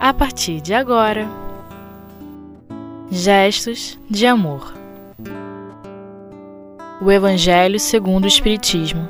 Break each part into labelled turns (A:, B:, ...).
A: a partir de agora. Gestos de amor. O Evangelho segundo o Espiritismo.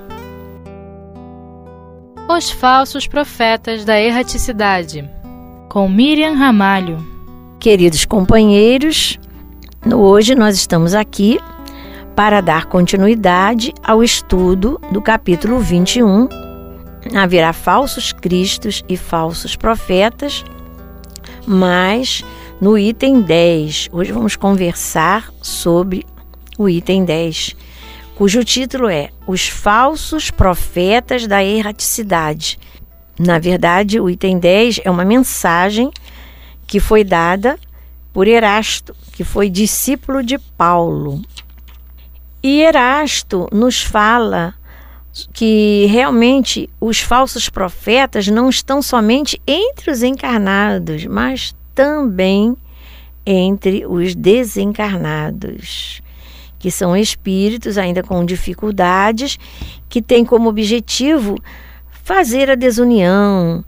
A: Os falsos profetas da erraticidade, com Miriam Ramalho.
B: Queridos companheiros, hoje nós estamos aqui para dar continuidade ao estudo do capítulo 21. Haverá falsos cristos e falsos profetas, mas no item 10, hoje vamos conversar sobre o item 10, cujo título é Os Falsos Profetas da Erraticidade. Na verdade, o item 10 é uma mensagem que foi dada por Erasto, que foi discípulo de Paulo. E Erasto nos fala que realmente os falsos profetas não estão somente entre os encarnados, mas também entre os desencarnados, que são espíritos ainda com dificuldades, que têm como objetivo fazer a desunião,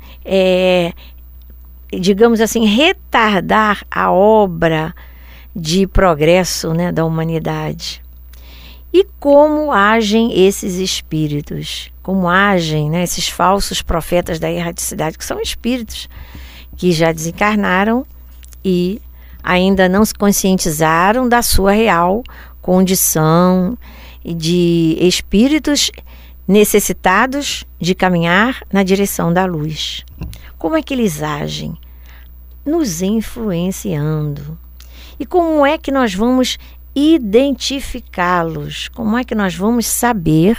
B: digamos assim, retardar a obra de progresso, né, da humanidade. E como agem esses espíritos? Como agem, né, esses falsos profetas da erraticidade, que são espíritos que já desencarnaram e ainda não se conscientizaram da sua real condição de espíritos necessitados de caminhar na direção da luz. Como é que eles agem? Nos influenciando. E como é que nós vamos identificá-los? Como é que nós vamos saber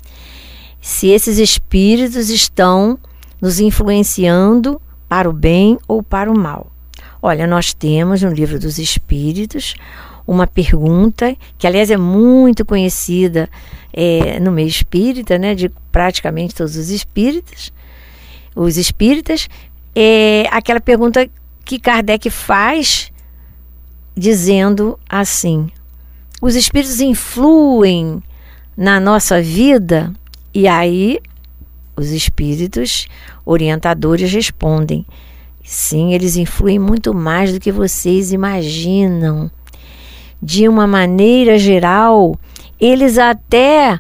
B: se esses espíritos estão nos influenciando para o bem ou para o mal? Olha, nós temos no Livro dos Espíritos uma pergunta que, aliás, é muito conhecida no meio espírita, né, de praticamente todos os espíritas. Os espíritas, aquela pergunta que Kardec faz dizendo assim: os espíritos influem na nossa vida? E aí os espíritos orientadores respondem: sim, eles influem muito mais do que vocês imaginam. De uma maneira geral, eles até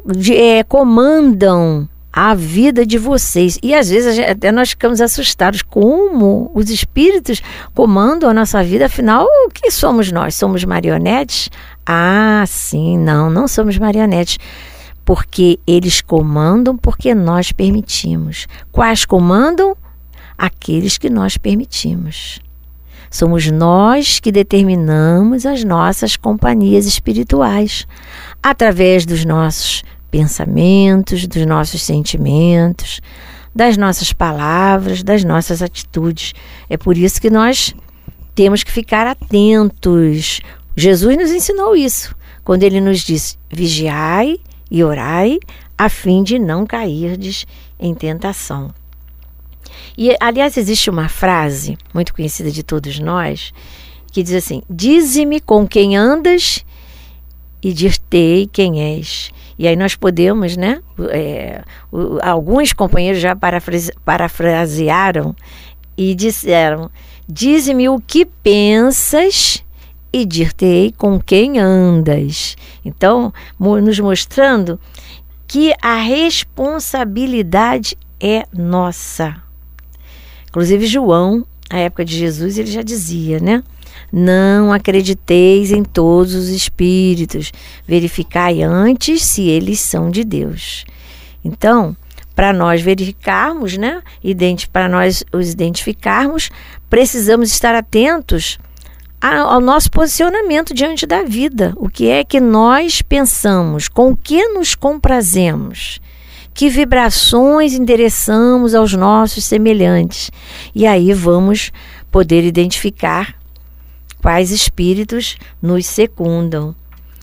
B: comandam a vida de vocês. E às vezes até nós ficamos assustados. Como os espíritos comandam a nossa vida? Afinal, o que somos nós? Somos marionetes? Ah, sim, não somos marionetes. Porque eles comandam porque nós permitimos. Quais comandam? Aqueles que nós permitimos. Somos nós que determinamos as nossas companhias espirituais, através dos nossos pensamentos, dos nossos sentimentos, das nossas palavras, das nossas atitudes. É por isso que nós temos que ficar atentos. Jesus nos ensinou isso, quando ele nos disse: vigiai e orai, a fim de não cairdes em tentação. E, aliás, existe uma frase muito conhecida de todos nós, que diz assim: dize-me com quem andas e dir-te-ei quem és. E aí nós podemos, né? Alguns companheiros já parafrasearam e disseram: dize-me o que pensas e dir-te-ei com quem andas. Então, nos mostrando que a responsabilidade é nossa. Inclusive João, na época de Jesus, ele já dizia, né? Não acrediteis em todos os espíritos, verificai antes se eles são de Deus. Então, para nós verificarmos, né? Para nós os identificarmos, precisamos estar atentos ao nosso posicionamento diante da vida. O que é que nós pensamos? Com o que nos comprazemos? Que vibrações endereçamos aos nossos semelhantes? E aí vamos poder identificar quais espíritos nos secundam.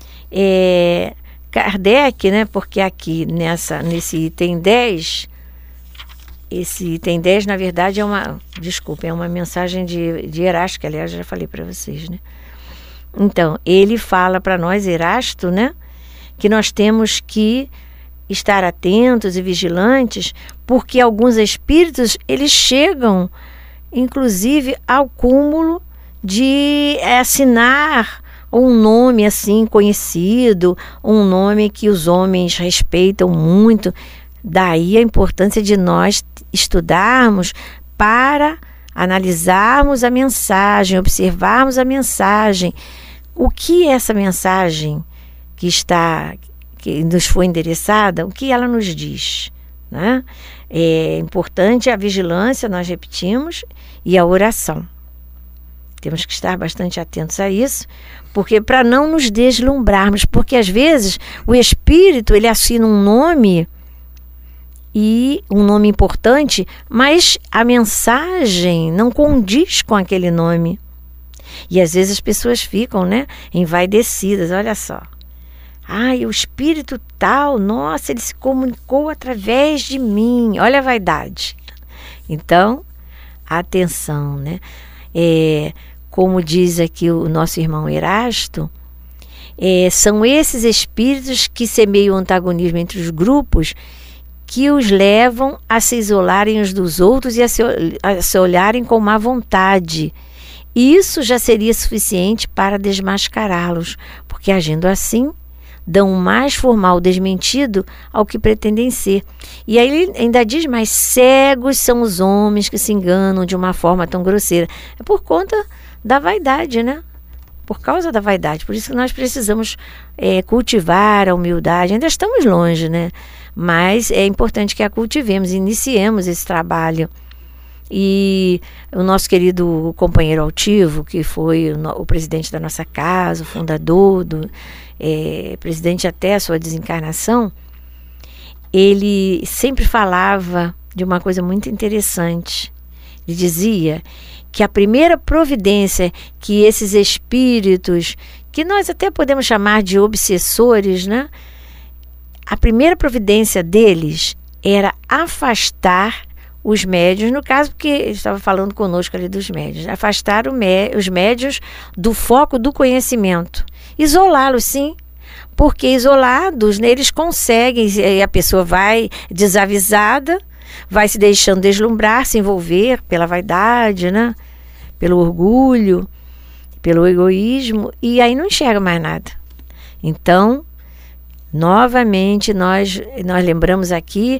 B: Kardec, né, porque aqui nesse item 10, esse item 10, na verdade, é uma mensagem de Erasto, que aliás eu já falei para vocês, né? Então, ele fala para nós, Erasto, né, que nós temos que estar atentos e vigilantes, porque alguns espíritos, eles chegam inclusive ao cúmulo de assinar um nome assim conhecido, um nome que os homens respeitam muito. Daí a importância de nós estudarmos para analisarmos a mensagem, observarmos a mensagem. O que é essa mensagem que nos foi endereçada, o que ela nos diz, né? É importante a vigilância, nós repetimos, e a oração. Temos que estar bastante atentos a isso, porque para não nos deslumbrarmos, porque às vezes o Espírito, ele assina um nome, e um nome importante, mas a mensagem não condiz com aquele nome. E às vezes as pessoas ficam, né, envaidecidas, olha só. Ai, o Espírito tal, nossa, ele se comunicou através de mim. Olha a vaidade. Então, atenção, né? Como diz aqui o nosso irmão Erasto, são esses espíritos que semeiam o antagonismo entre os grupos que os levam a se isolarem uns dos outros e a se olharem com má vontade. Isso já seria suficiente para desmascará-los, porque agindo assim, dão um mais formal desmentido ao que pretendem ser. E aí ele ainda diz mais: cegos são os homens que se enganam de uma forma tão grosseira. É por conta da vaidade, né? Por causa da vaidade. Por isso que nós precisamos cultivar a humildade. Ainda estamos longe, né? Mas é importante que a cultivemos, iniciemos esse trabalho. E o nosso querido companheiro altivo, que foi o presidente da nossa casa, o fundador, presidente até a sua desencarnação, ele sempre falava de uma coisa muito interessante. Ele dizia que a primeira providência que esses espíritos, que nós até podemos chamar de obsessores, né? A primeira providência deles era afastar os médiuns, no caso, porque ele estava falando conosco ali dos médiuns, afastar os médiuns do foco do conhecimento, isolá-los, sim, porque isolados, né, eles conseguem, e a pessoa vai desavisada, vai se deixando deslumbrar, se envolver pela vaidade, né, pelo orgulho, pelo egoísmo, e aí não enxerga mais nada. Então, novamente, nós lembramos aqui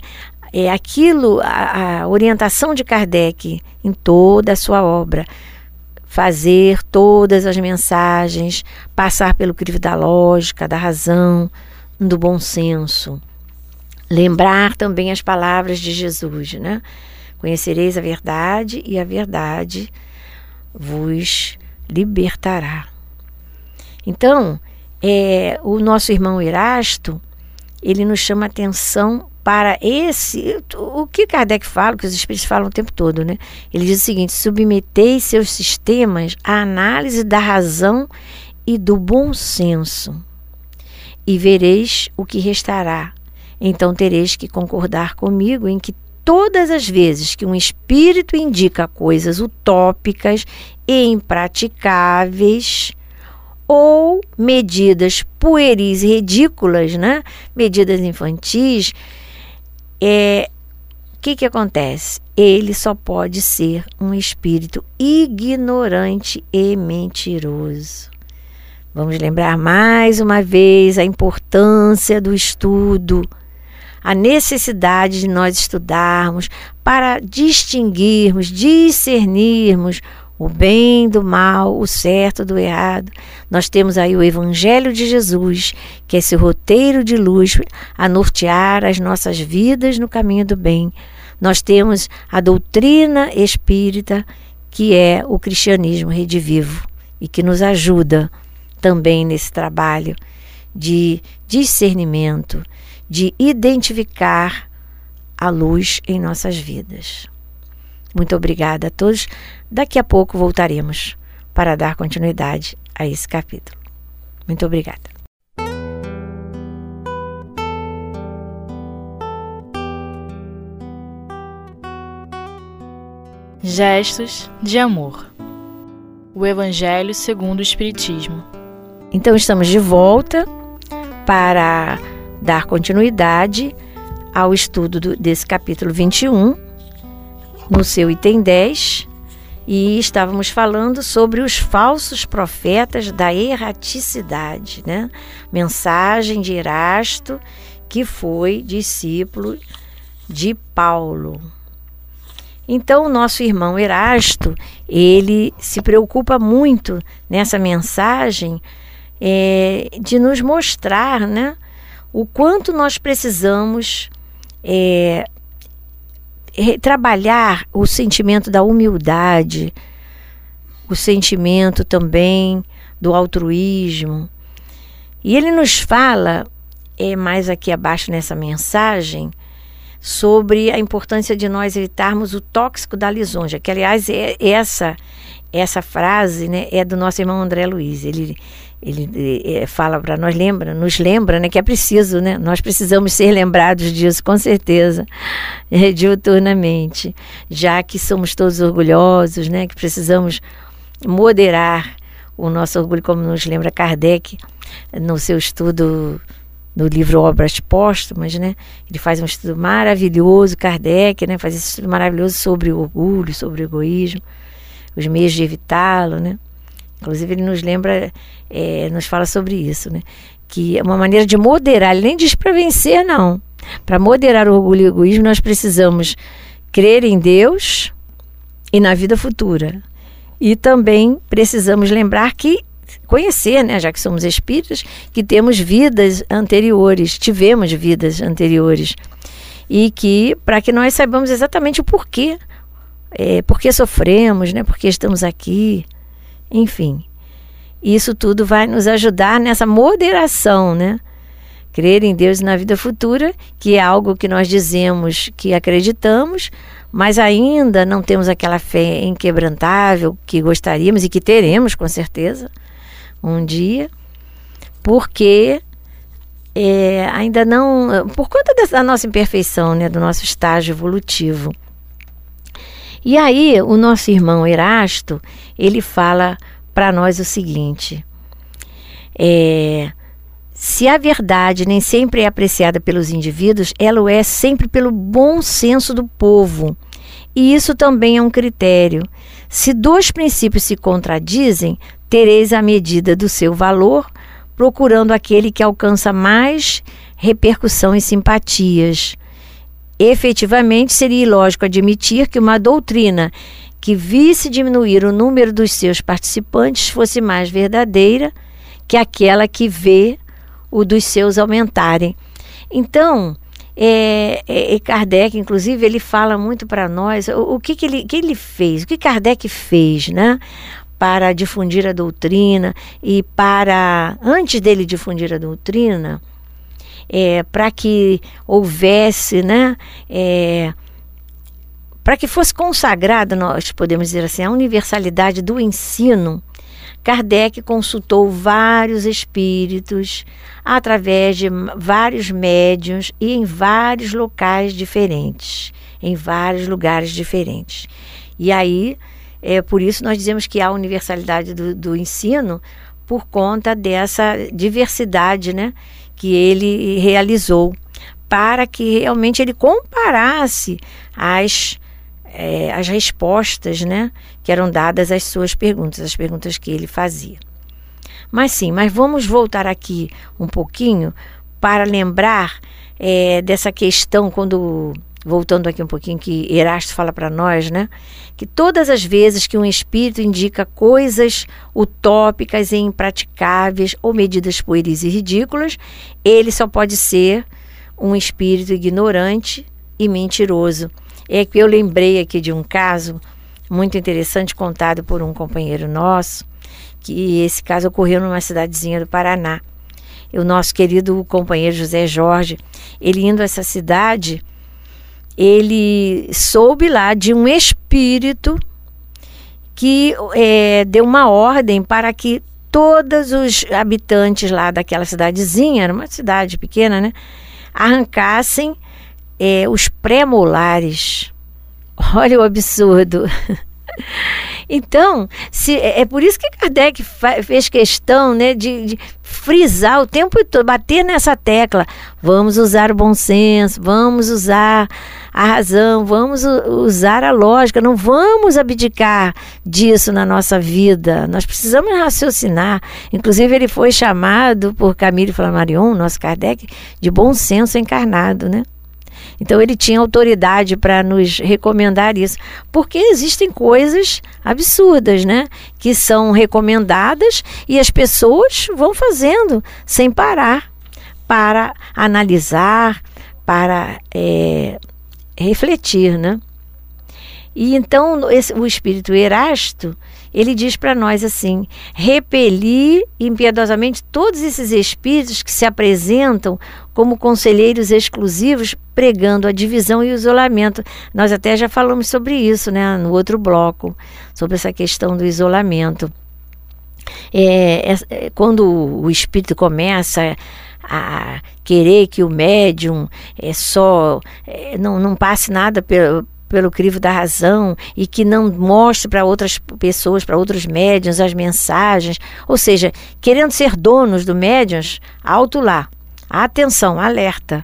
B: a orientação de Kardec em toda a sua obra: fazer todas as mensagens, passar pelo crivo da lógica, da razão, do bom senso. Lembrar também as palavras de Jesus, né? Conhecereis a verdade e a verdade vos libertará. Então, o nosso irmão Erasto, ele nos chama a atenção para o que Kardec fala, o que os espíritos falam o tempo todo, né? Ele diz o seguinte: submetei seus sistemas à análise da razão e do bom senso, e vereis o que restará. Então tereis que concordar comigo em que todas as vezes que um espírito indica coisas utópicas e impraticáveis, ou medidas pueris e ridículas, né? Medidas infantis, o que acontece? Ele só pode ser um espírito ignorante e mentiroso. Vamos lembrar mais uma vez a importância do estudo, a necessidade de nós estudarmos para distinguirmos, discernirmos o bem do mal, o certo do errado. Nós temos aí o Evangelho de Jesus, que é esse roteiro de luz a nortear as nossas vidas no caminho do bem. Nós temos a doutrina espírita, que é o cristianismo redivivo, e que nos ajuda também nesse trabalho de discernimento, de identificar a luz em nossas vidas. Muito obrigada a todos. Daqui a pouco voltaremos para dar continuidade a esse capítulo. Muito obrigada.
A: Gestos de amor. O Evangelho segundo o Espiritismo.
B: Então estamos de volta para dar continuidade ao estudo desse capítulo 21, no seu item 10, E estávamos falando sobre os falsos profetas da erraticidade, né? Mensagem de Erasto, que foi discípulo de Paulo. Então, o nosso irmão Erasto, ele se preocupa muito nessa mensagem de nos mostrar, né, o quanto nós precisamos trabalhar o sentimento da humildade, o sentimento também do altruísmo. E ele nos fala, mais aqui abaixo nessa mensagem, sobre a importância de nós evitarmos o tóxico da lisonja, que aliás essa frase, né, é do nosso irmão André Luiz. Ele fala para nós, nos lembra, né, que é preciso, né, nós precisamos ser lembrados disso, com certeza, diuturnamente, já que somos todos orgulhosos, né, que precisamos moderar o nosso orgulho, como nos lembra Kardec no seu estudo no livro Obras Póstumas, né? Ele faz um estudo maravilhoso, Kardec, né? Faz esse estudo maravilhoso sobre o orgulho, sobre o egoísmo, os meios de evitá-lo, né? Inclusive ele nos lembra, nos fala sobre isso, né? Que é uma maneira de moderar, ele nem diz para vencer, não. Para moderar o orgulho e o egoísmo, nós precisamos crer em Deus e na vida futura. E também precisamos lembrar que conhecer, né, já que somos espíritas, que temos vidas anteriores, tivemos vidas anteriores, e que, para que nós saibamos exatamente o porquê, porque sofremos, né, porque estamos aqui, enfim, isso tudo vai nos ajudar nessa moderação, né, crer em Deus e na vida futura, que é algo que nós dizemos que acreditamos, mas ainda não temos aquela fé inquebrantável que gostaríamos e que teremos, com certeza, um dia, porque ainda não, por conta da nossa imperfeição, né, do nosso estágio evolutivo. E aí o nosso irmão Erasto, ele fala para nós o seguinte: se a verdade nem sempre é apreciada pelos indivíduos, ela o é sempre pelo bom senso do povo. E isso também é um critério. Se dois princípios se contradizem, tereis a medida do seu valor, procurando aquele que alcança mais repercussão e simpatias. Efetivamente, seria ilógico admitir que uma doutrina que visse diminuir o número dos seus participantes fosse mais verdadeira que aquela que vê o dos seus aumentarem. Então, Kardec, inclusive, ele fala muito para nós o que ele fez, o que Kardec fez, né, para difundir a doutrina e antes dele difundir a doutrina, para que houvesse, né, para que fosse consagrada, nós podemos dizer assim, a universalidade do ensino. Kardec consultou vários espíritos através de vários médiuns e em vários locais diferentes, em vários lugares diferentes. E aí, por isso nós dizemos que há universalidade do ensino por conta dessa diversidade, né, que ele realizou, para que realmente ele comparasse as respostas, né, que eram dadas às suas perguntas, as perguntas que ele fazia. Mas vamos voltar aqui um pouquinho para lembrar dessa questão, voltando aqui um pouquinho, que Erasto fala para nós, né, que todas as vezes que um espírito indica coisas utópicas e impraticáveis ou medidas pueris e ridículas, ele só pode ser um espírito ignorante e mentiroso. É que eu lembrei aqui de um caso muito interessante contado por um companheiro nosso, que esse caso ocorreu numa cidadezinha do Paraná. E o nosso querido companheiro José Jorge, ele indo a essa cidade, ele soube lá de um espírito que deu uma ordem para que todos os habitantes lá daquela cidadezinha, era uma cidade pequena, né, arrancassem os pré-molares. Olha o absurdo. Então, é por isso que Kardec fez questão, né, de frisar o tempo todo, bater nessa tecla. Vamos usar o bom senso, vamos usar a razão, vamos usar a lógica, não vamos abdicar disso na nossa vida. Nós precisamos raciocinar. Inclusive, ele foi chamado por Camille Flammarion, nosso Kardec, de bom senso encarnado, né? Então ele tinha autoridade para nos recomendar isso, porque existem coisas absurdas, né, que são recomendadas e as pessoas vão fazendo sem parar para analisar, para refletir, né? E então o espírito Erasto, ele diz para nós assim: repelir impiedosamente todos esses espíritos que se apresentam como conselheiros exclusivos, pregando a divisão e o isolamento. Nós até já falamos sobre isso, né, no outro bloco, sobre essa questão do isolamento. Quando o espírito começa a querer que o médium não passe nada pelo crivo da razão e que não mostre para outras pessoas, para outros médiuns as mensagens, ou seja, querendo ser donos do médiuns, alto lá, atenção, alerta.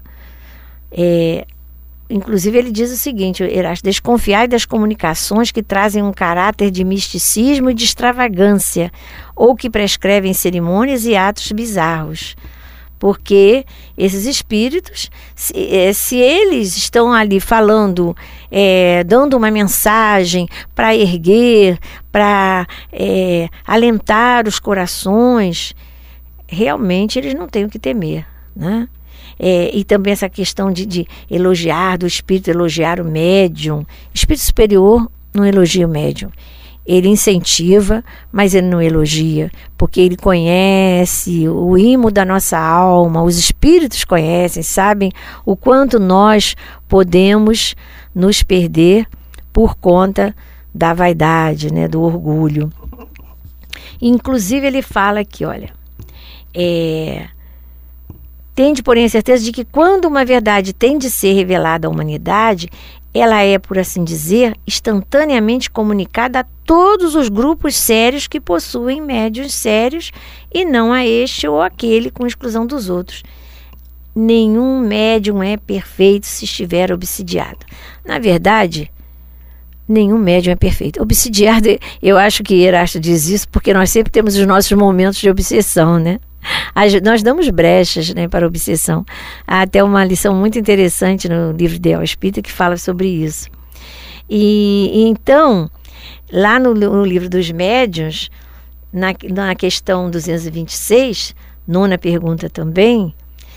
B: Inclusive ele diz o seguinte, Erasto: desconfiai das comunicações que trazem um caráter de misticismo e de extravagância, ou que prescrevem cerimônias e atos bizarros. Porque esses espíritos, se eles estão ali falando, dando uma mensagem para erguer, para alentar os corações, realmente eles não têm o que temer, né? E também essa questão de elogiar, do espírito elogiar o médium. O espírito superior não elogia o médium. Ele incentiva, mas ele não elogia, porque ele conhece o imo da nossa alma, os espíritos conhecem, sabem o quanto nós podemos nos perder por conta da vaidade, né, do orgulho. Inclusive ele fala aqui, olha, tende, porém, a certeza de que quando uma verdade tem de ser revelada à humanidade, ela é, por assim dizer, instantaneamente comunicada a todos os grupos sérios que possuem médiuns sérios e não a este ou aquele com exclusão dos outros. Nenhum médium é perfeito se estiver obsidiado. Na verdade, nenhum médium é perfeito. Obsidiado, eu acho que Erasto diz isso porque nós sempre temos os nossos momentos de obsessão, né? Nós damos brechas, né, para a obsessão. Há até uma lição muito interessante no livro Ideal Espírita que fala sobre isso. E então, lá no livro dos médiuns, na questão 226, nona pergunta também,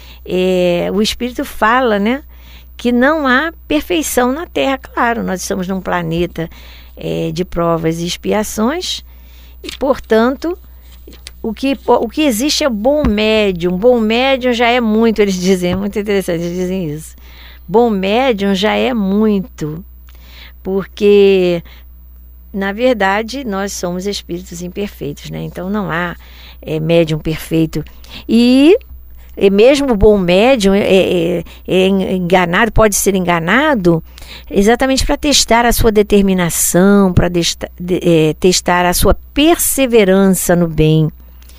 B: o Espírito fala, né, que não há perfeição na Terra. Claro, nós estamos num planeta de provas e expiações e, portanto, o que existe é bom médium. Bom médium já é muito, eles dizem, é muito interessante, eles dizem isso. Bom médium já é muito, porque, na verdade, nós somos espíritos imperfeitos, né? Então não há médium perfeito. E mesmo o bom médium enganado, pode ser enganado exatamente para testar a sua determinação, para testar a sua perseverança no bem.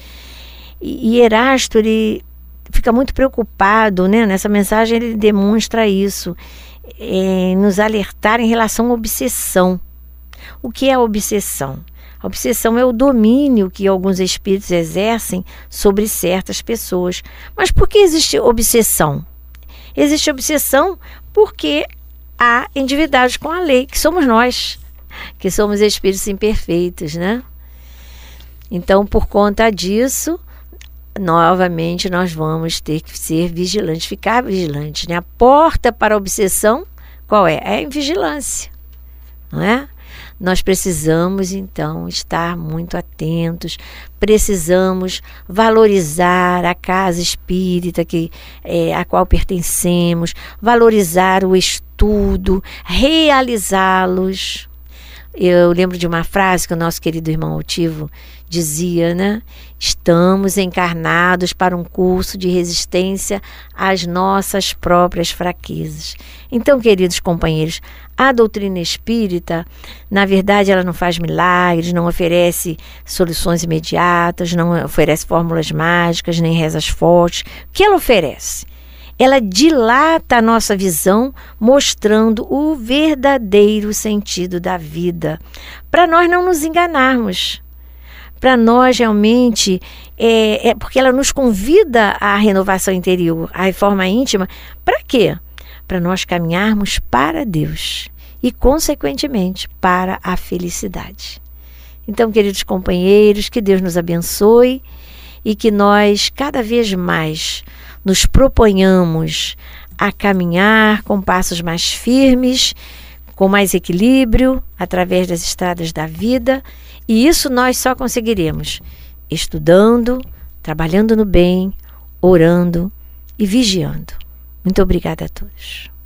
B: E Erasto, ele fica muito preocupado, né? Nessa mensagem ele demonstra isso, nos alertar em relação à obsessão. O que é a obsessão? A obsessão é o domínio que alguns espíritos exercem sobre certas pessoas. Mas por que existe obsessão? Existe obsessão porque há endividados com a lei, que somos nós, que somos espíritos imperfeitos, né? Então, por conta disso, novamente nós vamos ter que ser vigilantes, ficar vigilantes, né? A porta para a obsessão, qual é? É a vigilância, não é? Nós precisamos, então, estar muito atentos, precisamos valorizar a casa espírita a qual pertencemos, valorizar o estudo, realizá-los. Eu lembro de uma frase que o nosso querido irmão Altivo dizia, né? Estamos encarnados para um curso de resistência às nossas próprias fraquezas. Então, queridos companheiros, a doutrina espírita, na verdade, ela não faz milagres, não oferece soluções imediatas, não oferece fórmulas mágicas, nem rezas fortes. O que ela oferece? Ela dilata a nossa visão, mostrando o verdadeiro sentido da vida, para nós não nos enganarmos. Para nós realmente, porque ela nos convida à renovação interior, à reforma íntima. Para quê? Para nós caminharmos para Deus e, consequentemente, para a felicidade. Então, queridos companheiros, que Deus nos abençoe e que nós, cada vez mais, nos proponhamos a caminhar com passos mais firmes, com mais equilíbrio, através das estradas da vida. E isso nós só conseguiremos estudando, trabalhando no bem, orando e vigiando. Muito obrigada a todos.